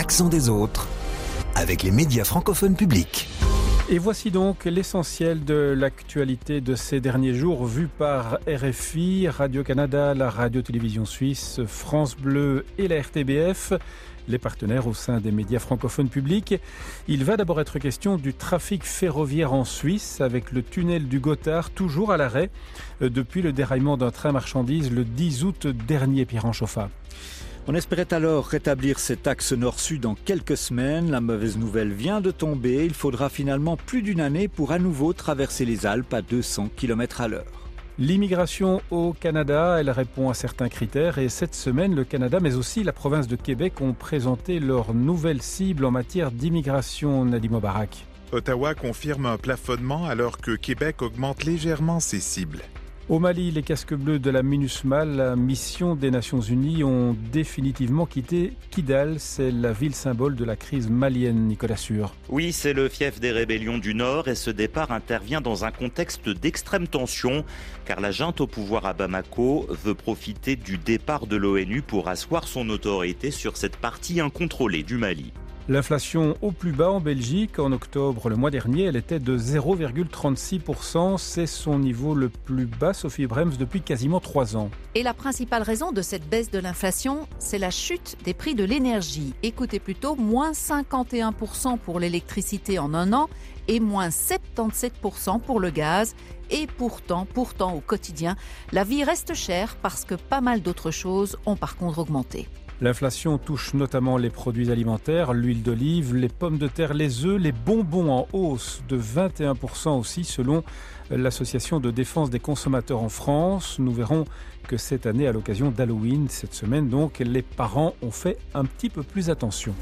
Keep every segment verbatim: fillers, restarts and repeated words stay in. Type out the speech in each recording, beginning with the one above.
l'accent des autres avec les médias francophones publics. Et voici donc l'essentiel de l'actualité de ces derniers jours vue par R F I, Radio-Canada, la Radio-Télévision Suisse, France Bleu et la R T B F, les partenaires au sein des médias francophones publics. Il va d'abord être question du trafic ferroviaire en Suisse avec le tunnel du Gothard toujours à l'arrêt depuis le déraillement d'un train marchandises le dix août dernier, Pierre Anchoffa. On espérait alors rétablir cet axe nord-sud en quelques semaines. La mauvaise nouvelle vient de tomber. Il faudra finalement plus d'une année pour à nouveau traverser les Alpes à deux cents kilomètres à l'heure. L'immigration au Canada, elle répond à certains critères et cette semaine, le Canada, mais aussi la province de Québec ont présenté leurs nouvelles cibles en matière d'immigration. Nadim Mobarak. Ottawa confirme un plafonnement alors que Québec augmente légèrement ses cibles. Au Mali, les casques bleus de la MINUSMA, la mission des Nations Unies, ont définitivement quitté Kidal. C'est la ville symbole de la crise malienne, Nicolas Sûr. Oui, c'est le fief des rébellions du Nord et ce départ intervient dans un contexte d'extrême tension car la junte au pouvoir à Bamako veut profiter du départ de l'ONU pour asseoir son autorité sur cette partie incontrôlée du Mali. L'inflation au plus bas en Belgique. En octobre, le mois dernier, elle était de zéro virgule trente-six pour cent. C'est son niveau le plus bas, Sophie Brems, depuis quasiment trois ans. Et la principale raison de cette baisse de l'inflation, c'est la chute des prix de l'énergie. Écoutez plutôt, moins cinquante et un pour cent pour l'électricité en un an et moins soixante-dix-sept pour cent pour le gaz. Et pourtant, pourtant, au quotidien, la vie reste chère parce que pas mal d'autres choses ont par contre augmenté. L'inflation touche notamment les produits alimentaires, l'huile d'olive, les pommes de terre, les œufs, les bonbons en hausse de vingt et un pour cent aussi selon l'Association de défense des consommateurs en France. Nous verrons que cette année, à l'occasion d'Halloween, cette semaine donc, les parents ont fait un petit peu plus attention.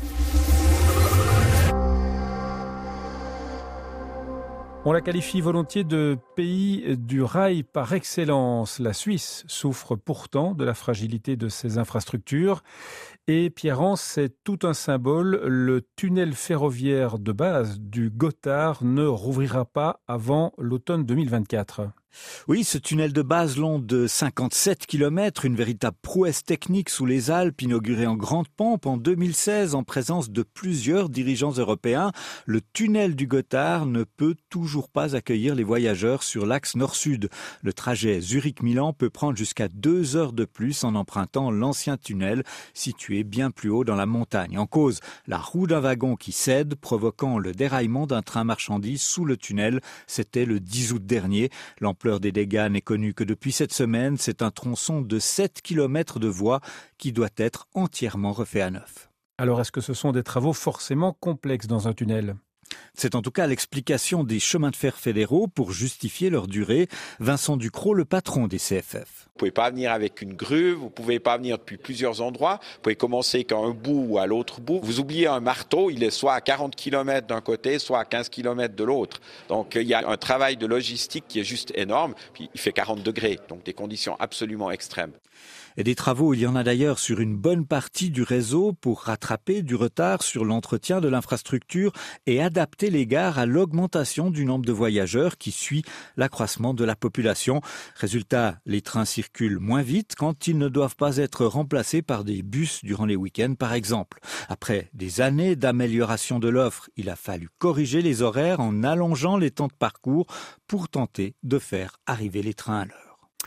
On la qualifie volontiers de pays du rail par excellence. La Suisse souffre pourtant de la fragilité de ses infrastructures. Et Pierre-Anse, c'est tout un symbole. Le tunnel ferroviaire de base du Gothard ne rouvrira pas avant l'automne deux mille vingt-quatre. Oui, ce tunnel de base long de cinquante-sept kilomètres, une véritable prouesse technique sous les Alpes, inauguré en grande pompe en deux mille seize en présence de plusieurs dirigeants européens. Le tunnel du Gothard ne peut toujours pas accueillir les voyageurs sur l'axe nord-sud. Le trajet Zurich-Milan peut prendre jusqu'à deux heures de plus en empruntant l'ancien tunnel situé bien plus haut dans la montagne. En cause, la roue d'un wagon qui cède, provoquant le déraillement d'un train marchandises sous le tunnel. C'était le dix août dernier. L'ampleur des dégâts n'est connue que depuis cette semaine. C'est un tronçon de sept kilomètres de voie qui doit être entièrement refait à neuf. Alors, est-ce que ce sont des travaux forcément complexes dans un tunnel ? C'est en tout cas l'explication des chemins de fer fédéraux pour justifier leur durée. Vincent Ducrot, le patron des C F F. Vous pouvez pas venir avec une grue, vous pouvez pas venir depuis plusieurs endroits. Vous pouvez commencer qu'à un bout ou à l'autre bout. Vous oubliez un marteau, il est soit à quarante kilomètres d'un côté, soit à quinze kilomètres de l'autre. Donc il y a un travail de logistique qui est juste énorme. Puis il fait quarante degrés, donc des conditions absolument extrêmes. Et des travaux, il y en a d'ailleurs sur une bonne partie du réseau pour rattraper du retard sur l'entretien de l'infrastructure et adapter les gares à l'augmentation du nombre de voyageurs qui suit l'accroissement de la population. Résultat, les trains circulent moins vite quand ils ne doivent pas être remplacés par des bus durant les week-ends par exemple. Après des années d'amélioration de l'offre, il a fallu corriger les horaires en allongeant les temps de parcours pour tenter de faire arriver les trains à l'heure.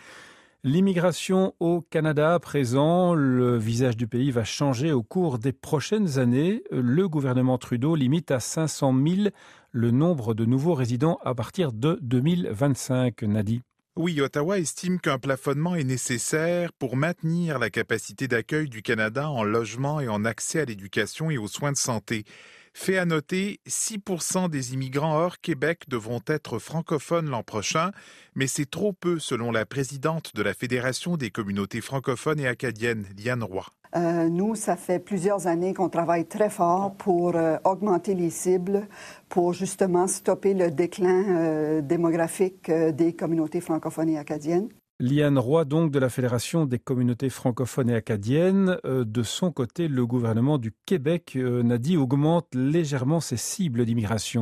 L'immigration au Canada à présent, le visage du pays va changer au cours des prochaines années. Le gouvernement Trudeau limite à cinq cent mille le nombre de nouveaux résidents à partir de deux mille vingt-cinq. Nadi. Oui, Ottawa estime qu'un plafonnement est nécessaire pour maintenir la capacité d'accueil du Canada en logement et en accès à l'éducation et aux soins de santé. Fait à noter, six pour cent des immigrants hors Québec devront être francophones l'an prochain, mais c'est trop peu selon la présidente de la Fédération des communautés francophones et acadiennes, Liane Roy. Euh, nous, ça fait plusieurs années qu'on travaille très fort pour euh, augmenter les cibles, pour justement stopper le déclin euh, démographique euh, des communautés francophones et acadiennes. Liane Roy, donc, de la Fédération des communautés francophones et acadiennes. Euh, de son côté, le gouvernement du Québec, euh, Nadi, augmente légèrement ses cibles d'immigration.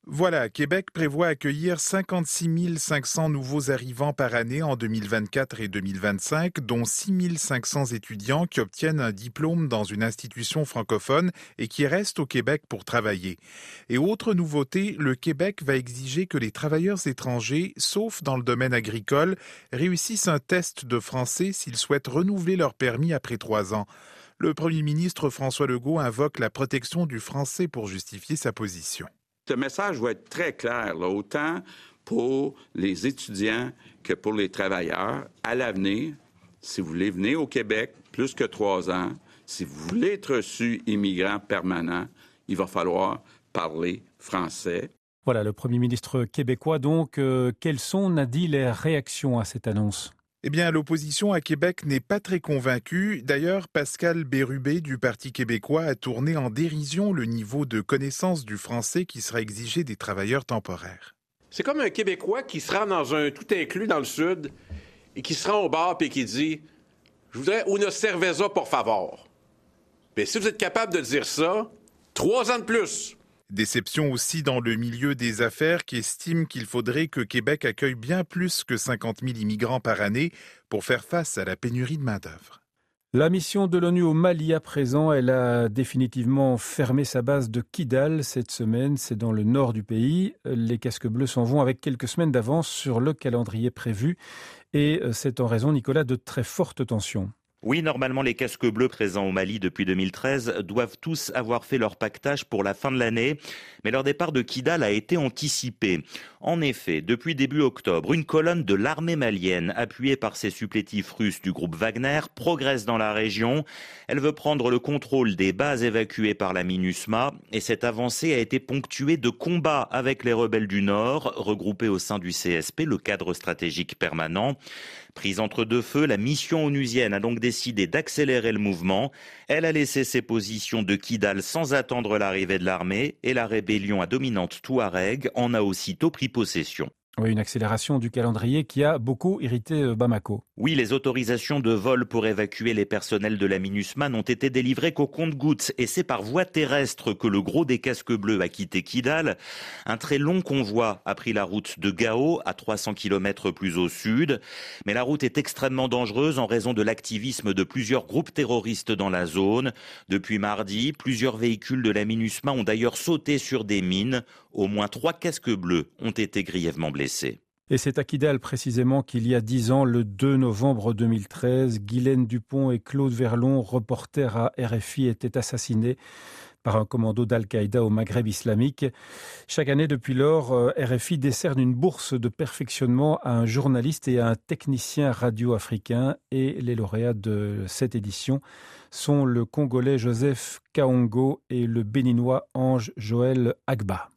Voilà, Québec prévoit accueillir cinquante-six mille cinq cents nouveaux arrivants par année en deux mille vingt-quatre et deux mille vingt-cinq, dont six mille cinq cents étudiants qui obtiennent un diplôme dans une institution francophone et qui restent au Québec pour travailler. Et autre nouveauté, le Québec va exiger que les travailleurs étrangers, sauf dans le domaine agricole, réussissent un test de français s'ils souhaitent renouveler leur permis après trois ans. Le premier ministre François Legault invoque la protection du français pour justifier sa position. Ce message va être très clair, là, autant pour les étudiants que pour les travailleurs. À l'avenir, si vous voulez venir au Québec plus que trois ans, si vous voulez être reçu immigrant permanent, il va falloir parler français. Voilà, le Premier ministre québécois. Donc, euh, quelles sont, Nadi, les réactions à cette annonce ? Eh bien, l'opposition à Québec n'est pas très convaincue. D'ailleurs, Pascal Bérubé du Parti québécois a tourné en dérision le niveau de connaissance du français qui sera exigé des travailleurs temporaires. C'est comme un Québécois qui se rend dans un tout inclus dans le Sud et qui se rend au bar et qui dit « Je voudrais une cerveza por favor ». Mais si vous êtes capable de dire ça, trois ans de plus. Déception aussi dans le milieu des affaires qui estime qu'il faudrait que Québec accueille bien plus que cinquante mille immigrants par année pour faire face à la pénurie de main-d'œuvre. La mission de l'ONU au Mali à présent, elle a définitivement fermé sa base de Kidal cette semaine. C'est dans le nord du pays. Les casques bleus s'en vont avec quelques semaines d'avance sur le calendrier prévu. Et c'est en raison, Nicolas, de très fortes tensions. Oui, normalement, les casques bleus présents au Mali depuis deux mille treize doivent tous avoir fait leur pactage pour la fin de l'année, mais leur départ de Kidal a été anticipé. En effet, depuis début octobre, une colonne de l'armée malienne, appuyée par ses supplétifs russes du groupe Wagner, progresse dans la région. Elle veut prendre le contrôle des bases évacuées par la MINUSMA, et cette avancée a été ponctuée de combats avec les rebelles du Nord, regroupés au sein du C S P, le cadre stratégique permanent. Prise entre deux feux, la mission onusienne a donc décidé d'accélérer le mouvement. Elle a laissé ses positions de Kidal sans attendre l'arrivée de l'armée et la rébellion à dominante Touareg en a aussitôt pris possession. Oui, une accélération du calendrier qui a beaucoup irrité Bamako. Oui, les autorisations de vol pour évacuer les personnels de la MINUSMA n'ont été délivrées qu'au compte-gouttes. Et c'est par voie terrestre que le gros des casques bleus a quitté Kidal. Un très long convoi a pris la route de Gao, à trois cents kilomètres plus au sud. Mais la route est extrêmement dangereuse en raison de l'activisme de plusieurs groupes terroristes dans la zone. Depuis mardi, plusieurs véhicules de la MINUSMA ont d'ailleurs sauté sur des mines. Au moins trois casques bleus ont été grièvement blessés. Et c'est à Kidal précisément qu'il y a dix ans, le deux novembre deux mille treize, Guylaine Dupont et Claude Verlon, reporters à R F I, étaient assassinés par un commando d'Al-Qaïda au Maghreb islamique. Chaque année depuis lors, R F I décerne une bourse de perfectionnement à un journaliste et à un technicien radio africain. Et les lauréats de cette édition sont le Congolais Joseph Kaongo et le Béninois Ange Joël Agba.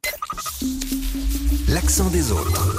L'accent des autres.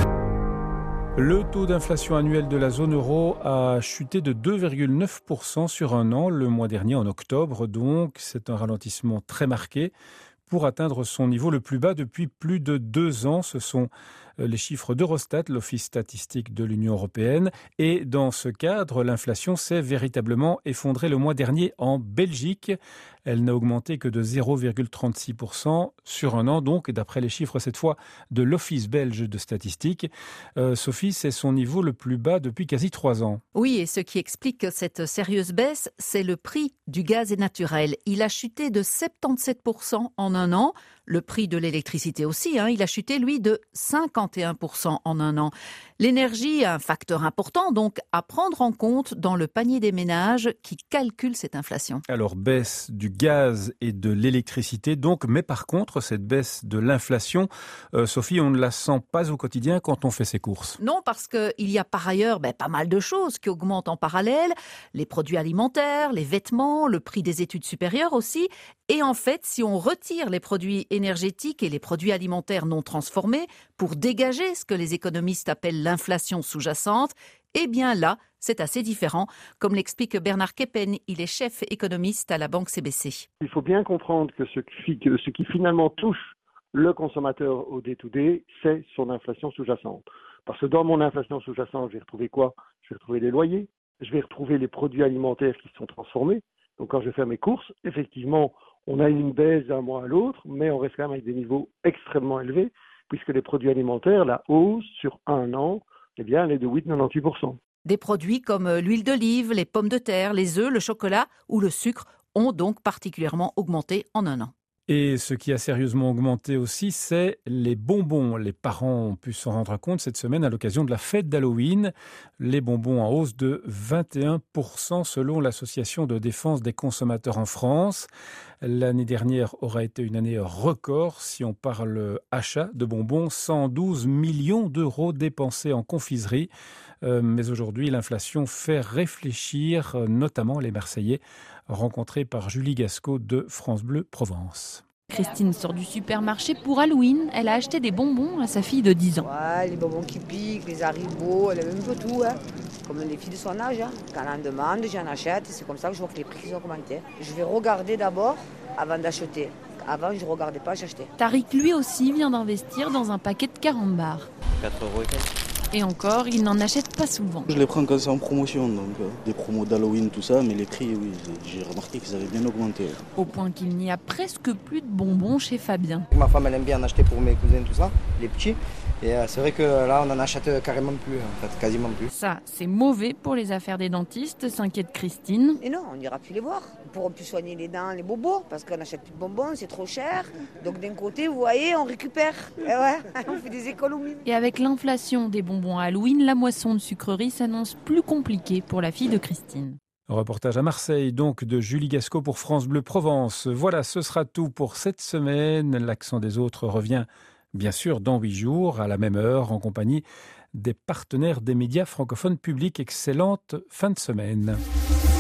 Le taux d'inflation annuel de la zone euro a chuté de deux virgule neuf pour cent sur un an le mois dernier, en octobre. Donc, c'est un ralentissement très marqué pour atteindre son niveau le plus bas depuis plus de deux ans. Ce sont les chiffres d'Eurostat, l'Office statistique de l'Union européenne. Et dans ce cadre, l'inflation s'est véritablement effondrée le mois dernier en Belgique. Elle n'a augmenté que de zéro virgule trente-six pour cent sur un an, donc d'après les chiffres cette fois de l'Office belge de statistique. Euh, Sophie, c'est son niveau le plus bas depuis quasi trois ans. Oui, et ce qui explique cette sérieuse baisse, c'est le prix du gaz naturel. Il a chuté de soixante-dix-sept pour cent en un an. Le prix de l'électricité aussi, hein, il a chuté, lui, de cinquante et un pour cent en un an. L'énergie, un facteur important, donc, à prendre en compte dans le panier des ménages qui calculent cette inflation. Alors, baisse du gaz et de l'électricité, donc, mais par contre, cette baisse de l'inflation, euh, Sophie, on ne la sent pas au quotidien quand on fait ses courses. Non, parce qu'il y a par ailleurs ben, pas mal de choses qui augmentent en parallèle. Les produits alimentaires, les vêtements, le prix des études supérieures aussi. Et en fait, si on retire les produits énergétiques et les produits alimentaires non transformés pour dégager ce que les économistes appellent l'inflation sous-jacente, eh bien là, c'est assez différent, comme l'explique Bernard Keppen, il est chef économiste à la banque C B C. Il faut bien comprendre que ce qui, que ce qui finalement touche le consommateur au day-to-day, c'est son inflation sous-jacente. Parce que dans mon inflation sous-jacente, je vais retrouver quoi ? Je vais retrouver les loyers, je vais retrouver les produits alimentaires qui sont transformés. Donc quand je vais faire mes courses, effectivement, On a une baisse d'un mois à l'autre, mais on reste quand même avec des niveaux extrêmement élevés, puisque les produits alimentaires, la hausse sur un an, eh bien, elle est de huit virgule quatre-vingt-dix pour cent. Des produits comme l'huile d'olive, les pommes de terre, les œufs, le chocolat ou le sucre ont donc particulièrement augmenté en un an. Et ce qui a sérieusement augmenté aussi, c'est les bonbons. Les parents ont pu s'en rendre compte cette semaine à l'occasion de la fête d'Halloween. Les bonbons en hausse de vingt et un pour cent selon l'Association de défense des consommateurs en France. L'année dernière aura été une année record si on parle achat de bonbons. cent douze millions d'euros dépensés en confiserie. Euh, mais aujourd'hui, l'inflation fait réfléchir notamment les Marseillais, rencontrés par Julie Gasco de France Bleu Provence. Christine sort du supermarché pour Halloween. Elle a acheté des bonbons à sa fille de dix ans. Ouais, les bonbons qui piquent, les haribots, elle aime un peu tout, hein. Comme les filles de son âge. Hein. Quand elle en demande, j'en achète. C'est comme ça que je vois que les prix ont augmenté. Je vais regarder d'abord avant d'acheter. Avant, je ne regardais pas, j'achetais. Tariq, lui aussi, vient d'investir dans un paquet de quarante bars. quatre euros et quelques. Et encore, il n'en achète pas souvent. Je les prends quand c'est en promotion, donc euh, des promos d'Halloween, tout ça, mais les prix, oui, j'ai remarqué qu'ils avaient bien augmenté. Au point qu'il n'y a presque plus de bonbons chez Fabien. Ma femme, elle aime bien en acheter pour mes cousins, tout ça, les petits. Et euh, c'est vrai que là, on en achète carrément plus, en fait, quasiment plus. Ça, c'est mauvais pour les affaires des dentistes, s'inquiète Christine. Et non, on n'ira plus les voir. On ne pourra plus soigner les dents, les bobos, parce qu'on n'achète plus de bonbons, c'est trop cher. Donc d'un côté, vous voyez, on récupère. Et ouais, on fait des économies. Et avec l'inflation des bonbons à Halloween, la moisson de sucreries s'annonce plus compliquée pour la fille de Christine. Reportage à Marseille, donc, de Julie Gasco pour France Bleu Provence. Voilà, ce sera tout pour cette semaine. L'accent des autres revient bien sûr dans huit jours, à la même heure, en compagnie des partenaires des médias francophones publics. Excellente fin de semaine.